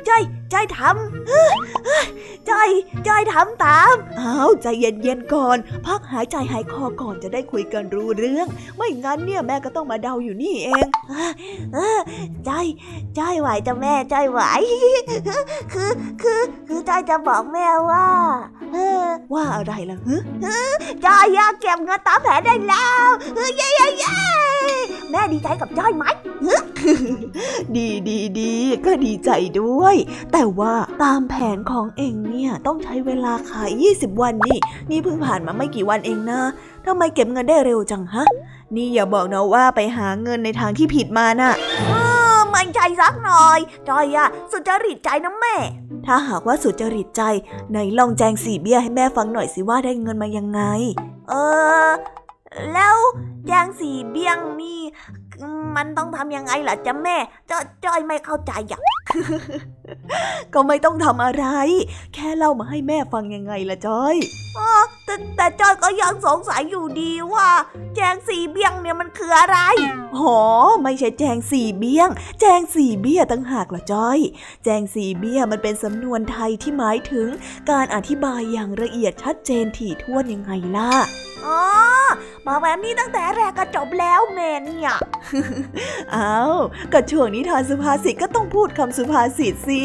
A: จ้อยทำจ้อยจ้อยทำตาม
C: อ้าวใจเย็นๆก่อนพักหายใจหายคอก่อนจะได้คุยกันรู้เรื่องไม่งั้นเนี่ยแม่ก็ต้องมาเดาอยู่นี่เอง
A: เออจ้อยจ้อยไหวจ้ะแม่จ้อยไหวคือคือคือจ้อยจะบอกแม่ว่า
C: ว่าอะไรล่ะฮะ
A: จ้อยอยากเก็บเงินตามแผนได้แล้วเย้เย้เย้แม่ดีใจกับจ้อยไหม
C: ดีดีดีก็ดีใจด้วยแต่ว่าตามแผนของเองเนี่ยต้องใช้เวลาขายยี่สิบวันนี่นี่เพิ่งผ่านมาไม่กี่วันเองนะทำไมเก็บเงินได้เร็วจังฮะนี่อย่าบอกนะว่าไปหาเงินในทางที่ผิดมาน่ะ
A: เออไม่ใจสักหน่อยจอยอะสุจริตใจนะแม่
C: ถ้าหากว่าสุจริตใจไหนลองแจงสี่เบี้ยให้แม่ฟังหน่อยสิว่าได้เงินมายังไง
A: เออแล้วแจงสี่เบี้ยงนี่มันต้องทำยังไงล่ะจ๊ะแม่จ้อยจ้อยไม่เข้าใจอ่ะ
C: ก็ไม่ต้องทำอะไรแค่เล่ามาให้แม่ฟังยังไงล่ะจ้อย
A: อ๋อแต่แต่จ้อยก็ยังสงสัยอยู่ดีว่าแจงสี่เบี้ยงเนี่ยมันคืออะไร
C: อ๋อไม่ใช่แจงสี่เบี้ยงแจงสี่เบี้ยต่างหากล่ะจ้อยแจงสี่เบี้ยมันเป็นสำนวนไทยที่หมายถึงการอธิบายอย่างละเอียดชัดเจนถี่ถ้วนยังไงล่ะ
A: อ๋อมาแบบนี้ตั้งแต่แรกก็จบแล้วแม่เนี่ย
C: อ้าวก็ช่วงนิทานสุภาษิตก็ต้องพูดคำสุภาษิตสิ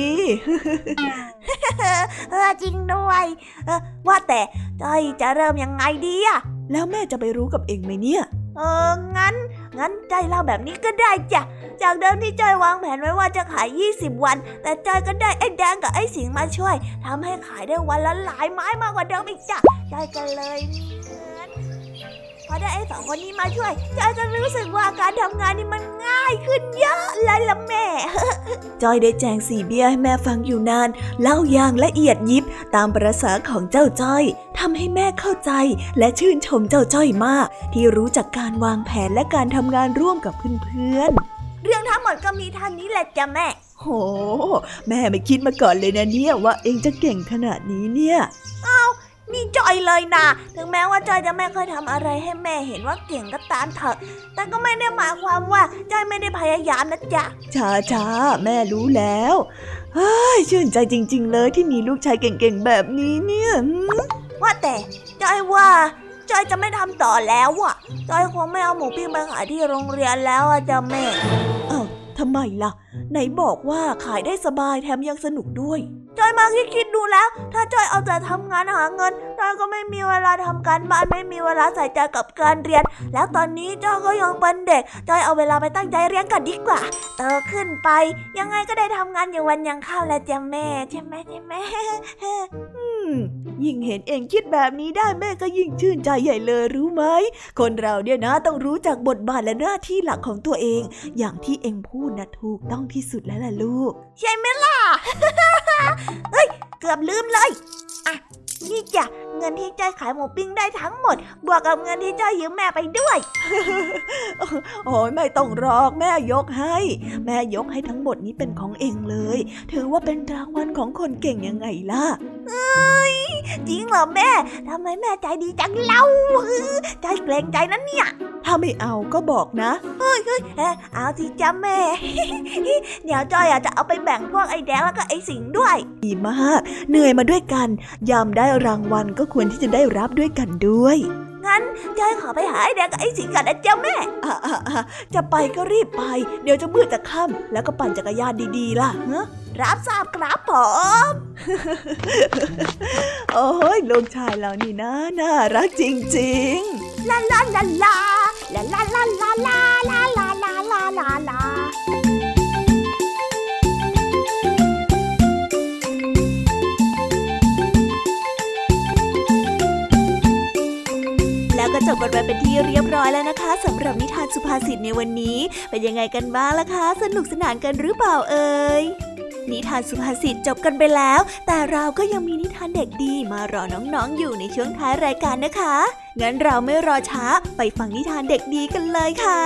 A: เออจริงด้วยเออว่าแต่จ้อยจะเริ่มยังไงดีอะ
C: แล้วแม่จะไปรู้กับเองไหมเนี่ย
A: เอองั้นงั้นจ้อยเล่าแบบนี้ก็ได้จ้ะจากเดิมที่จ้อยวางแผนไว้ว่าจะขายยี่สิบวันแต่จ้อยก็ได้ไอ้แดงกับไอ้สิงมาช่วยทำให้ขายได้วันละหลายไม้มากกว่าเดิมอีกจ้ะจ้อยก็เลยมีเงินพอได้ไอ้สองคนนี้มาช่วยจ้อยก็รู้สึกว่าการทำงานนี่มันง่ายขึ้นเยอะเลยล่ะแม่
C: จ้อยได้แจงสี่เบี้ยให้แม่ฟังอยู่นานเล่าอย่างละเอียดยิบตามประสาของเจ้าจ้อยทำให้แม่เข้าใจและชื่นชมเจ้าจ้อยมากที่รู้จักการวางแผนและการทำงานร่วมกับเพื่อน
A: ๆเรื่องทั้งหมดก็มีเท่านี้แหละจ้ะแม่
C: โหแม่ไม่คิดมาก่อนเลยนะเนี่ยว่าเองจะเก่งขนาดนี้เนี่ย
A: อ้าวนี่จ้อยเลยนะถึงแม้ว่าจ้อยจะไม่เคยทำอะไรให้แม่เห็นว่าเก่งก็ตามเถอะแต่ก็ไม่ได้หมายความว่าจ้อยไม่ได้พยายามนะจ๊ะ
C: ช้าช้าแม่รู้แล้วเฮ้ยชื่นใจจริงๆเลยที่มีลูกชายเก่งๆแบบนี้เนี่ย
A: ว่าแต่จ้อยว่าจ้อยจะไม่ทำต่อแล้วอ่ะจ้อยคงไม่เอาหมูปิ้งไปขายที่โรงเรียนแล้วอ่ะจ้ะแม่
C: อ้าวทำไมล่ะไหนบอกว่าขายได้สบายแถมยังสนุกด้วย
A: จ้อยมาคิดๆดูแล้วถ้าจ้อยเอาแต่ทำงานหาเงินจ้อยก็ไม่มีเวลาทำการบ้านไม่มีเวลาใส่ใจกับการเรียนแล้วตอนนี้จ้อยก็ยังเป็นเด็กจ้อยเอาเวลาไปตั้งใจเรียนกันดีกว่าโตขึ้นไปยังไงก็ได้ทำงานอย่างวันยังค่ำแล้วจ้ะแม่ใช่ไหมใช่ไหม
C: ยิ่งเห็นเองคิดแบบนี้ได้แม่ก็ยิ่งชื่นใจใหญ่เลยรู้ไหมคนเราเนี่ยนะต้องรู้จักบทบาทและหน้าที่หลักของตัวเองอย่างที่เองพูดนะถูกต้องที่สุดแล้วล่ะลูก
A: ใช่ไหมล่ะ เฮ้ยเกือบลืมเลยอ่ะนี่จ้ะเงินที่จ้อยขายหมูปิ้งได้ทั้งหมดบวกกับเงินที่จ้อยยืมแม่ไปด้วย
C: โอ้ยไม่ต้องรอกแม่ยกให้แม่ยกให้ทั้งหมดนี้เป็นของเองเลยถือว่าเป็นรางวัลของคนเก่งยังไงล่ะ
A: เอ้ยจริงเหรอแม่ทำไมแม่ใจดีจังเล่าใจเกรงใจนะเนี่ย
C: ถ้าไม่เอาก็บอกนะ
A: เฮ้ยเฮ้ยเอาสิจ้ะแม่ เดี๋ยวจ้อยอาจจะเอาไปแบ่งพวกไอ้แดงแล้วก็ไอ้สิงด้วย
C: ดีมากเหนื่อยมาด้วยกันยามได้รางวัลก็ควรที่จะได้รับด้วยกันด้วย
A: งั้นจ้อยขอไปหาไอ้แดงกับไอ้สิงกันนะจ้ะแม่
C: อ่ะจะไปก็รีบไปเดี๋ยวจะมืดจะค่ำแล้วก็ปั่นจักรยานดีๆล่ะฮะ
A: รับทราบครับผม
C: โอ้ยลูกชายเรานี่นะน่ารักจริง
A: ๆลาลาลาลาลาลาลาลาลาลาลาลาลาลาลา
C: แล้วก็จบกันไปเป็นที่เรียบร้อยแล้วนะคะสำหรับนิทานสุภาษิตในวันนี้เป็นยังไงกันบ้างล่ะคะสนุกสนานกันหรือเปล่าเอ่ยนิทานสุภาษิตจบกันไปแล้วแต่เราก็ยังมีนิทานเด็กดีมารอน้องๆอยู่ในช่วงท้ายรายการนะคะงั้นเราไม่รอช้าไปฟังนิทานเด็กดีกันเลยค่ะ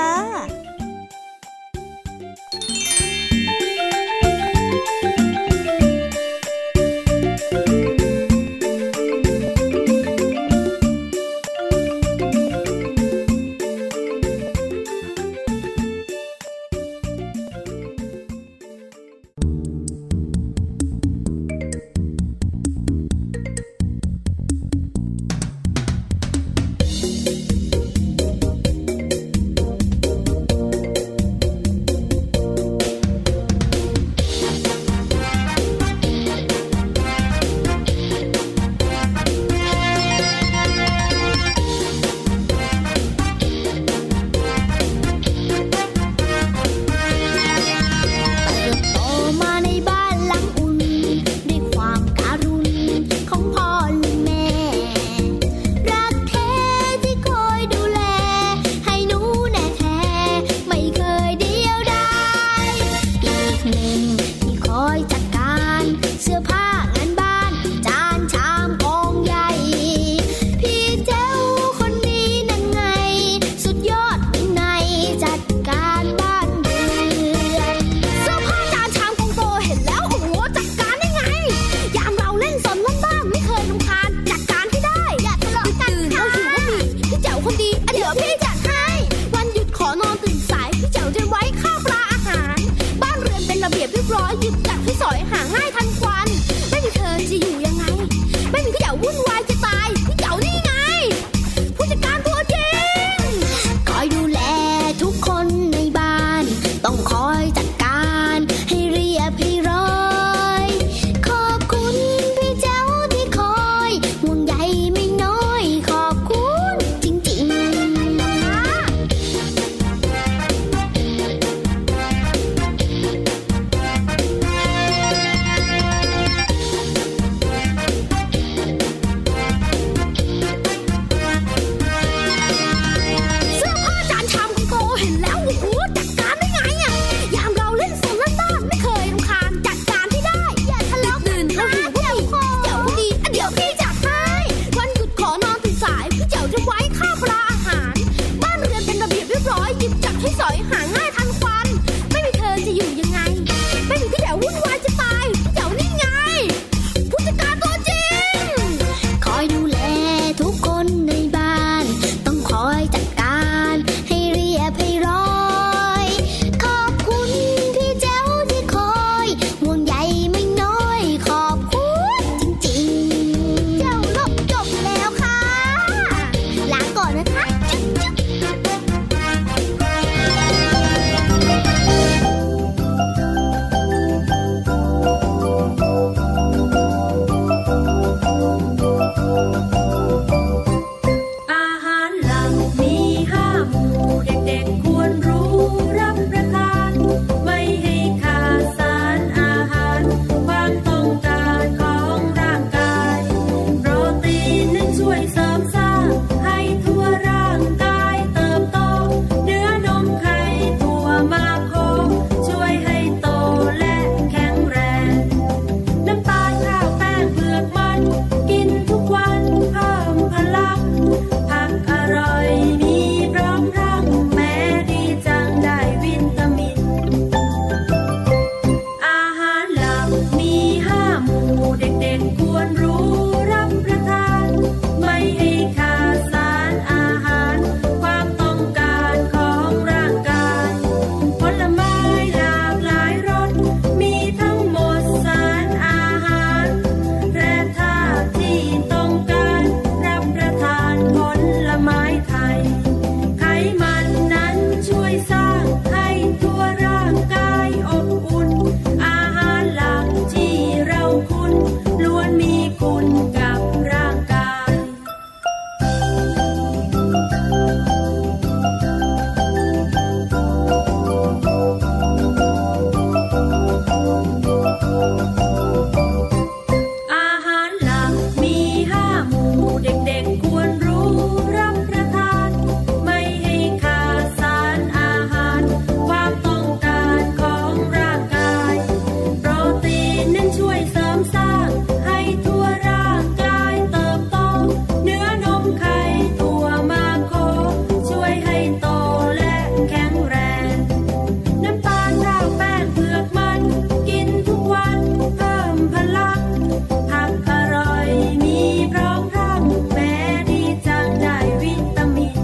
D: สร้างให้ทั่วร่างกายเติบโตเนื้อนมไข่ถั่วมาโคช่วยให้โตและแข็งแรงน้ำตาลรากแป้งเผือกมันกินทุกวันเพิ่มพลังผักอร่อยมีพร้อมพรั่งแม้ดีจังได้วิตามิน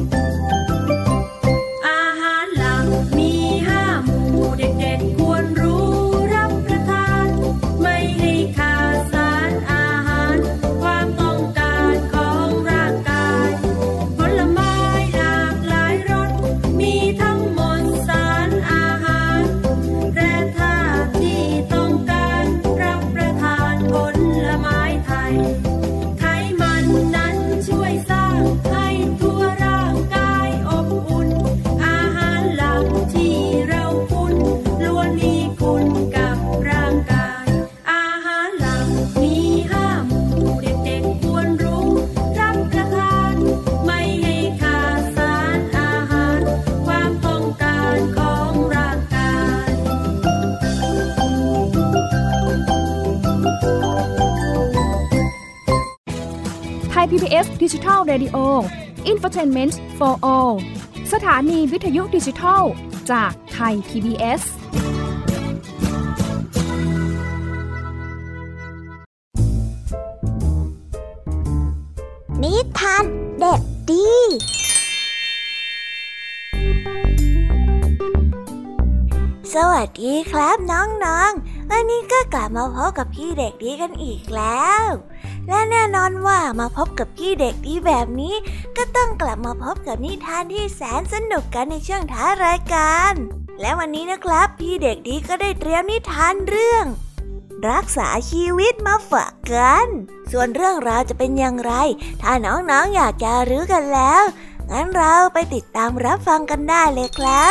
D: อาหารหลักมีห้าหมู่เด็กๆควรรู้รับประทานไม่ให้ขาดสารอาหารความต้องการของร่างกายผลไม้หลากหลายรสมีทั้งหมดสารอาหารแร่ธาตุที่ต้องการรับประทานผลไม้ไทยไขมันนั้นช่วยสร้างให้ทั่วร่างกายอบอุ่นอาหารหลักที่เราคุ้นล้วนมีคุณกับร่างกายอาหารหลักมีห้าหมู่เด็กๆควรรู้รับประทานไม่ให้ขาดสารอาหารความต้องการของร่างกาย
G: ไทย พี บี เอส Digital Radio Infotainment for All สถานีวิทยุดิจิทัลจากไทย พี บี เอส
A: นิทานเด็กดี สวัสดีครับน้องๆวันนี้ก็กลับมาพบกับพี่เด็กดีกันอีกแล้วและแน่นอนว่ามาพบกับพี่เด็กดีแบบนี้ก็ต้องกลับมาพบกับนิทานที่แสนสนุกกันในช่วงท้ายรายการและวันนี้นะครับพี่เด็กดีก็ได้เตรียมนิทานเรื่องรักษาชีวิตมาฝากกันส่วนเรื่องราวจะเป็นอย่างไรถ้าน้องๆ อ, อยากจะรู้กันแล้วงั้นเราไปติดตามรับฟังกันได้เลยครับ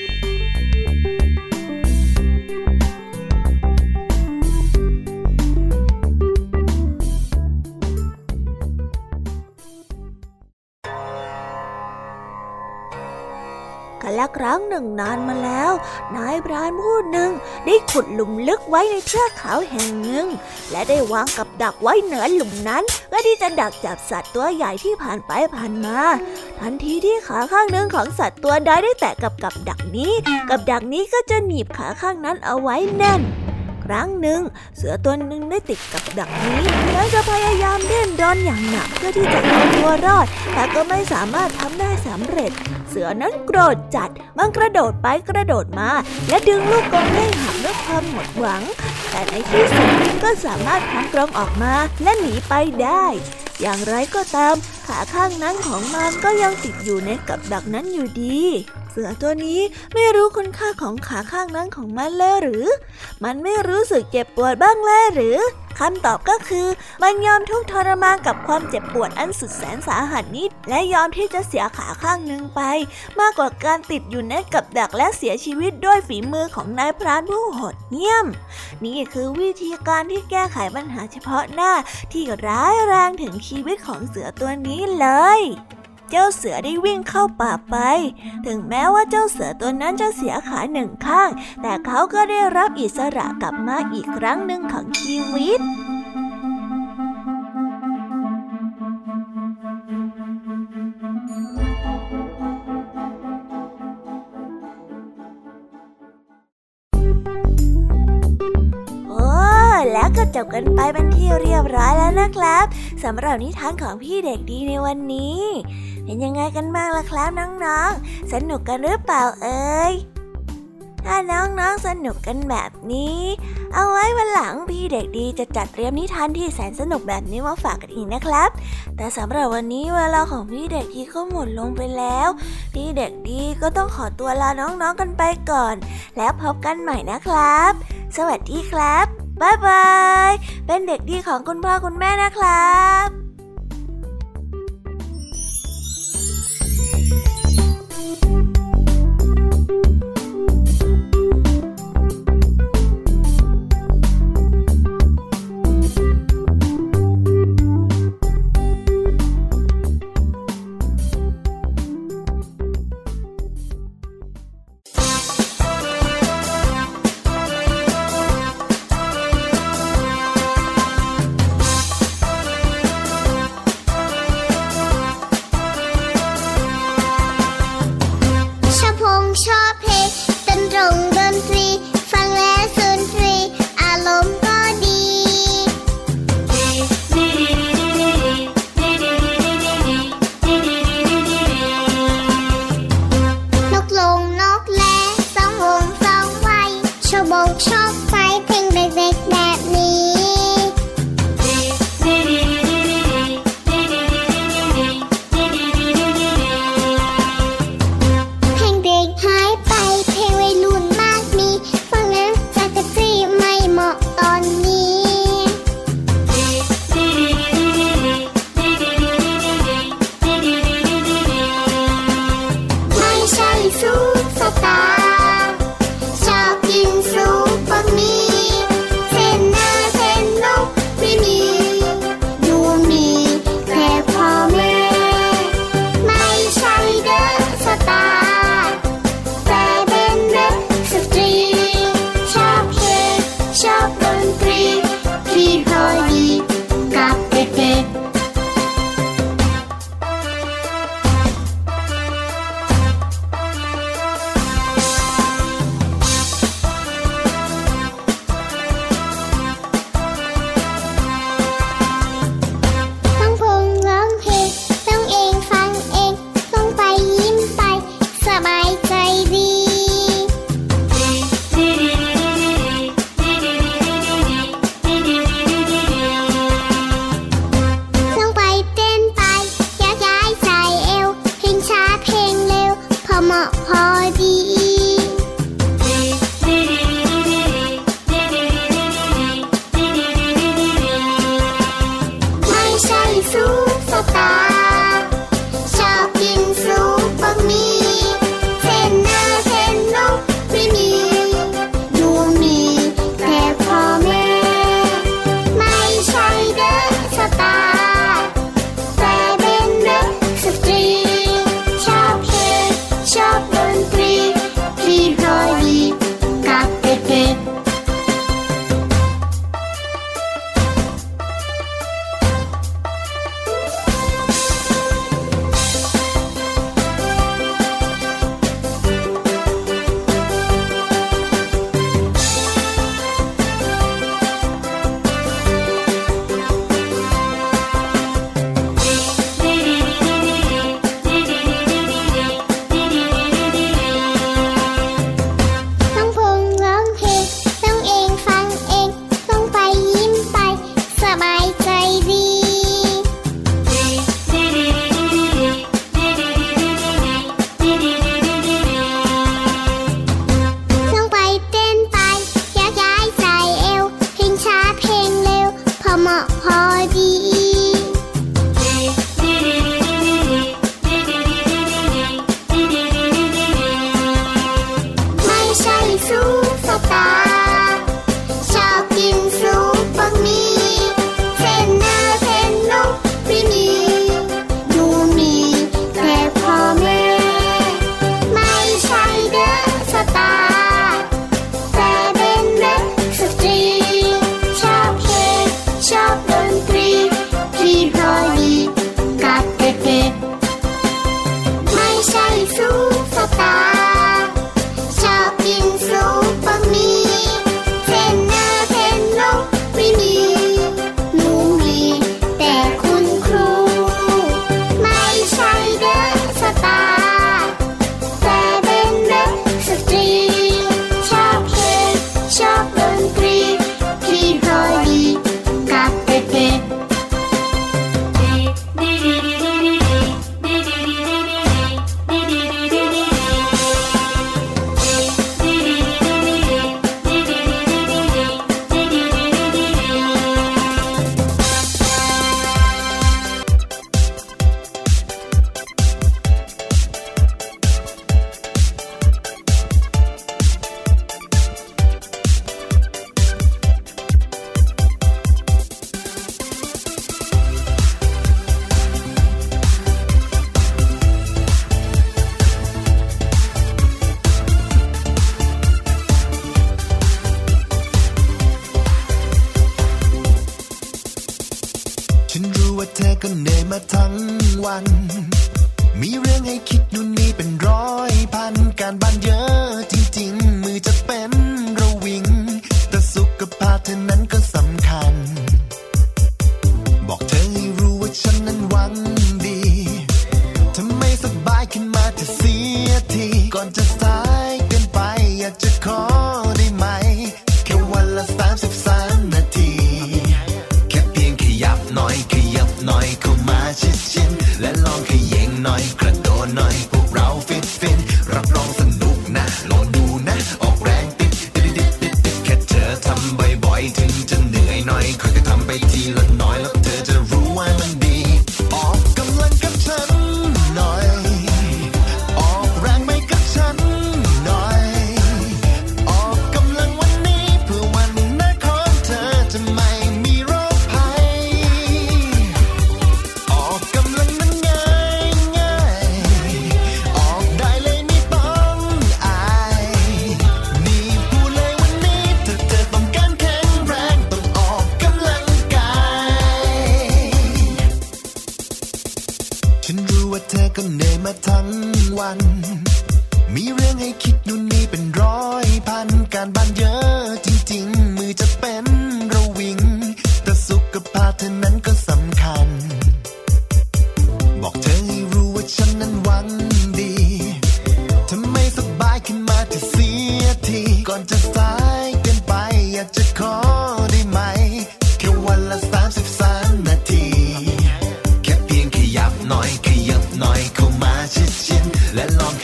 A: กาลครั้งหนึ่งนานมาแล้วนายพรานผู้หนึ่งได้ขุดหลุมลึกไว้ในเทือกเขาแห่งหนึ่งและได้วางกับดักไว้เหนือหลุมนั้นเพื่อที่จะดักจับสัตว์ตัวใหญ่ที่ผ่านไปผ่านมาทันทีที่ขาข้างหนึ่งของสัตว์ตัวใดได้แตะกับกับดักนี้กับดักนี้ก็จะหนีบขาข้างนั้นเอาไว้แน่นครั้งหนึ่งเสือตัวหนึ่งได้ติดกับดักนี้แล้วจะพยายามดิ้นรนอย่างหนักเพื่อที่จะเอาตัวรอดแต่ก็ไม่สามารถทำได้สำเร็จเสือนั้นโกรธจัดมันกระโดดไปกระโดดมาและดึงลูกกรงให้หักด้วยความหมดหวังแต่ในที่สุดก็สามารถทำกรงออกมาและหนีไปได้อย่างไรก็ตามขาข้างนั้นของมันก็ยังติดอยู่ในกับดักนั้นอยู่ดีเสือตัวนี้ไม่รู้คุณค่าของขาข้างนั้นของมันเลยหรือมันไม่รู้สึกเจ็บปวดบ้างเลยหรือคำตอบก็คือมันยอมทุกข์ทรมานกับความเจ็บปวดอันสุดแสนสาหัสนี้และยอมที่จะเสียขาข้างหนึ่งไปมากกว่าการติดอยู่ในกับดักและเสียชีวิตด้วยฝีมือของนายพรานผู้โหดเหี้ยมนี่คือวิธีการที่แก้ไขปัญหาเฉพาะหน้าที่ร้ายแรงถึงชีวิตของเสือตัวนี้เลยเจ้าเสือได้วิ่งเข้าป่าไปถึงแม้ว่าเจ้าเสือตัวนั้นจะเสียขาหนึ่งข้างแต่เขาก็ได้รับอิสระกลับมาอีกครั้งหนึ่งของชีวิตแล้วก็จบกันไปเป็นที่เรียบร้อยแล้วนะครับสำหรับนิทานของพี่เด็กดีในวันนี้เป็นยังไงกันบ้างล่ะครับน้องๆสนุกกันหรือเปล่าเอ่ยถ้าน้องๆสนุกกันแบบนี้เอาไว้วันหลังพี่เด็กดีจะจัดเตรียมนิทานที่แสนสนุกแบบนี้มาฝากกันอีกนะครับแต่สำหรับวันนี้เวลาของพี่เด็กดีก็หมดลงไปแล้วพี่เด็กดีก็ต้องขอตัวลาน้องๆกันไปก่อนแล้วพบกันใหม่นะครับสวัสดีครับบ๊ายบายเป็นเด็กดีของคุณพ่อคุณแม่นะครับ
E: ะพอดีไม่ใช่ซุปสตาร์ชอบกินซุปบะหมี่เทรนเนอร์เทรนนกไม่มีดูมีแต่พ่อแม่ไม่ใช่เดอะสตาร์แต่เป็นนักสตรีชอบเพลงชอบดนตรีที่พอดีกับเด็กๆไม่ใช่ซุปสตาร์ชอบกินซุปบะหมี่เทรนเนอร์เทรนนกไม่มีหนูมีแต่คุณครูไม่ใช่เดอะสตาร์แต่เป็นนักสตรีชอบเพลงชอบดนตรีที่พอดีกับเด็กๆ
I: ฉันรู้ว่าเธอก็เหนื่อยมาทั้งวันมีเรื่องให้คิดนู่นนี่เป็นร้อยพันการบ้านเยอะจริงๆมือจะเป็นระวิงแต่สุขภาพเธอนั้นก็สำคัญบอกเธอให้รู้ว่าฉันนั้นหวังดีถ้าไม่สบายขึ้นมาเธอเสียทีก่อนจะสายเกินไปอยากจะขอได้ไหมแค่วันละสามสิบสามนาทีแค่เพียงขยับหน่อยขยับหน่อยเข้ามาชิดๆและลองขยิงหน่อยกระโดดหน่อยพวกเราฟิตฟินรับรองสนุกนะลองดูนะออกแรงติดติดติดติดติดแค่เธอทำบ่อยๆถึงจะเหนื่อยหน่อยค่อยๆทำไปทีละน้อยแล้วเธอจะรู้ว่ามันดีออกกำลังกับฉันหน่อยออกแรงไปกับฉันหน่อยออกกำลังวันนี้เพื่อวันหน้าของเธอจะไม่มีโรคภัยออกกำลังนั้นง่ายง่ายออกได้เลยไม่ต้องอายนี่พูดเลยวันนี้ถ้าเธอต้องการแข็งแรงต้องออกกำลังกายฉันรู้ว่าเธอก็เหนื่อยมาทั้งวันมีเรื่องให้คิดนู่นนี่เป็นร้อยพันการบ้านเยอะจริงๆมือจะเป็นระวิงแต่สุขภาพเธอนั้นก็สำคัญบอกเธอให้รู้ว่าฉันนั้นหวังดีถ้าไม่สบายขึ้นมาเธอเสียทีก่อนจะสายเกินไปอยากจะขอได้ไหมแค่วันละสามสิบสามนาทีแค่เพียงขยับหน่อยขยับหน่อยเข้ามาชิดๆและลองข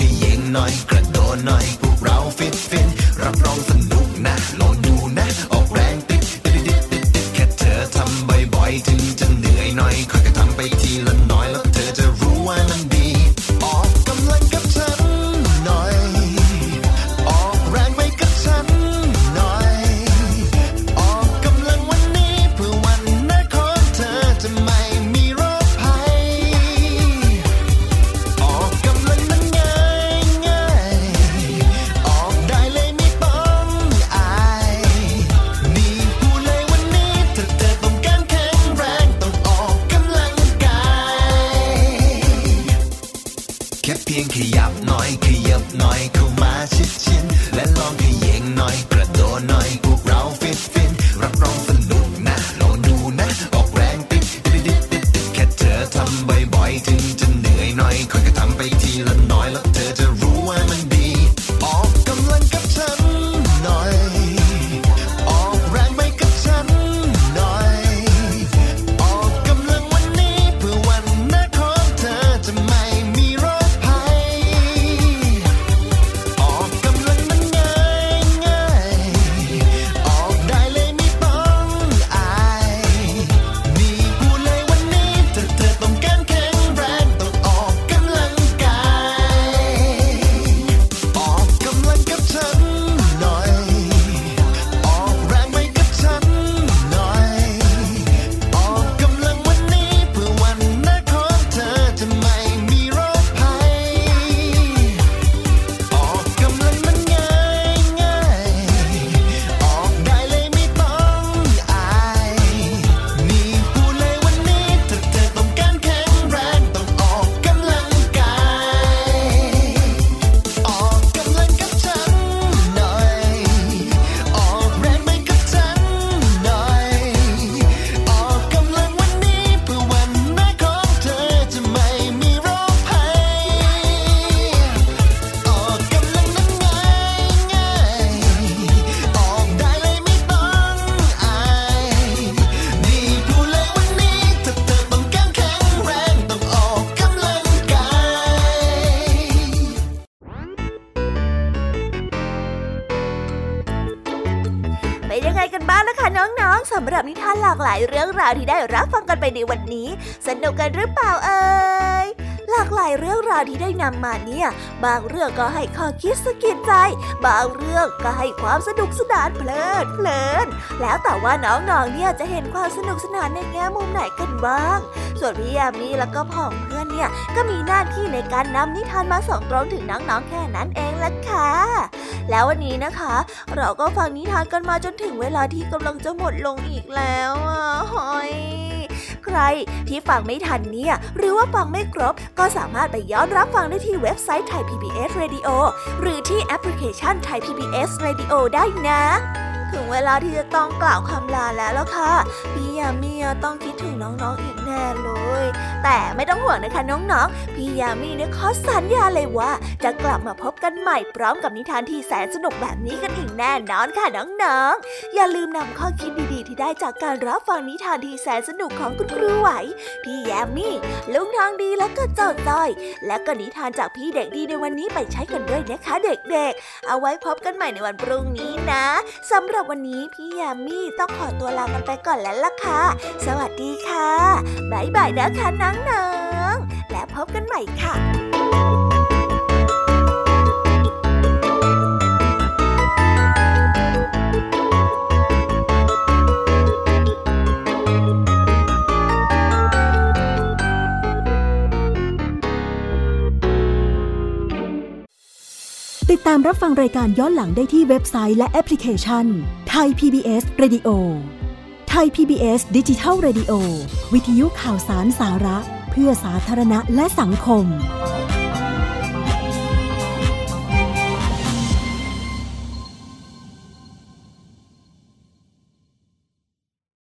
A: กับนิทานหลากหลายเรื่องราวที่ได้รับฟังกันไปในวันนี้สนุกกันหรือเปล่าเอ่ยหลากหลายเรื่องราวที่ได้นำมาเนี่ยบางเรื่องก็ให้ข้อคิดสะกิดใจบางเรื่องก็ให้ความสนุกสนานเพลิดเพลินแล้วแต่ว่าน้องๆเนี่ยจะเห็นความสนุกสนานในแง่มุมไหนกันบ้างส่วนพี่ยามีแล้วก็พ่องเพื่อนเนี่ยก็มีหน้าที่ในการนำนิทานมาส่งตรงถึงน้องๆแค่นั้นเองล่ะค่ะแล้ววันนี้นะคะเราก็ฟังนิทานกันมาจนถึงเวลาที่กำลังจะหมดลงอีกแล้วอ่ะหอยใครที่ฟังไม่ทันเนี่ยหรือว่าฟังไม่ครบก็สามารถไปย้อนรับฟังได้ที่เว็บไซต์ Thai พี บี เอส Radio หรือที่แอปพลิเคชัน Thai พี บี เอส Radio ได้นะถึงเวลาที่จะต้องกล่าวคำลาแล้วล่ะค่ะพี่ยามีต้องคิดถึงน้องๆอีกแน่เลยแต่ไม่ต้องห่วงนะคะน้องๆพี่ยามีเนี่ยขอสัญญาเลยว่าจะกลับมาพบกันใหม่พร้อมกับนิทานที่แสนสนุกแบบนี้กันอีกแน่นอนค่ะน้องๆอย่าลืมนำข้อคิดดีๆที่ได้จากการรับฟังนิทานที่แสนสนุกของคุณครูไหวพี่ยามีลุงทองดีและก็เจ้าจ้อยและก็นิทานจากพี่เด็กดีในวันนี้ไปใช้กันด้วยนะคะเด็กๆเอาไว้พบกันใหม่ในวันพรุ่งนี้นะสำหรับวันนี้พี่ยามีต้องขอตัวลากันไปก่อนแล้วล่ะค่ะสวัสดีค่ะบ๊ายบายนะคะน้องๆและพบกันใหม่ค่ะ
J: ติดตามรับฟังรายการย้อนหลังได้ที่เว็บไซต์และแอปพลิเคชัน Thai พี บี เอส Radio Thai พี บี เอส Digital Radio วิทยุข่าวสารสาระเพื่อสาธารณะและสังคม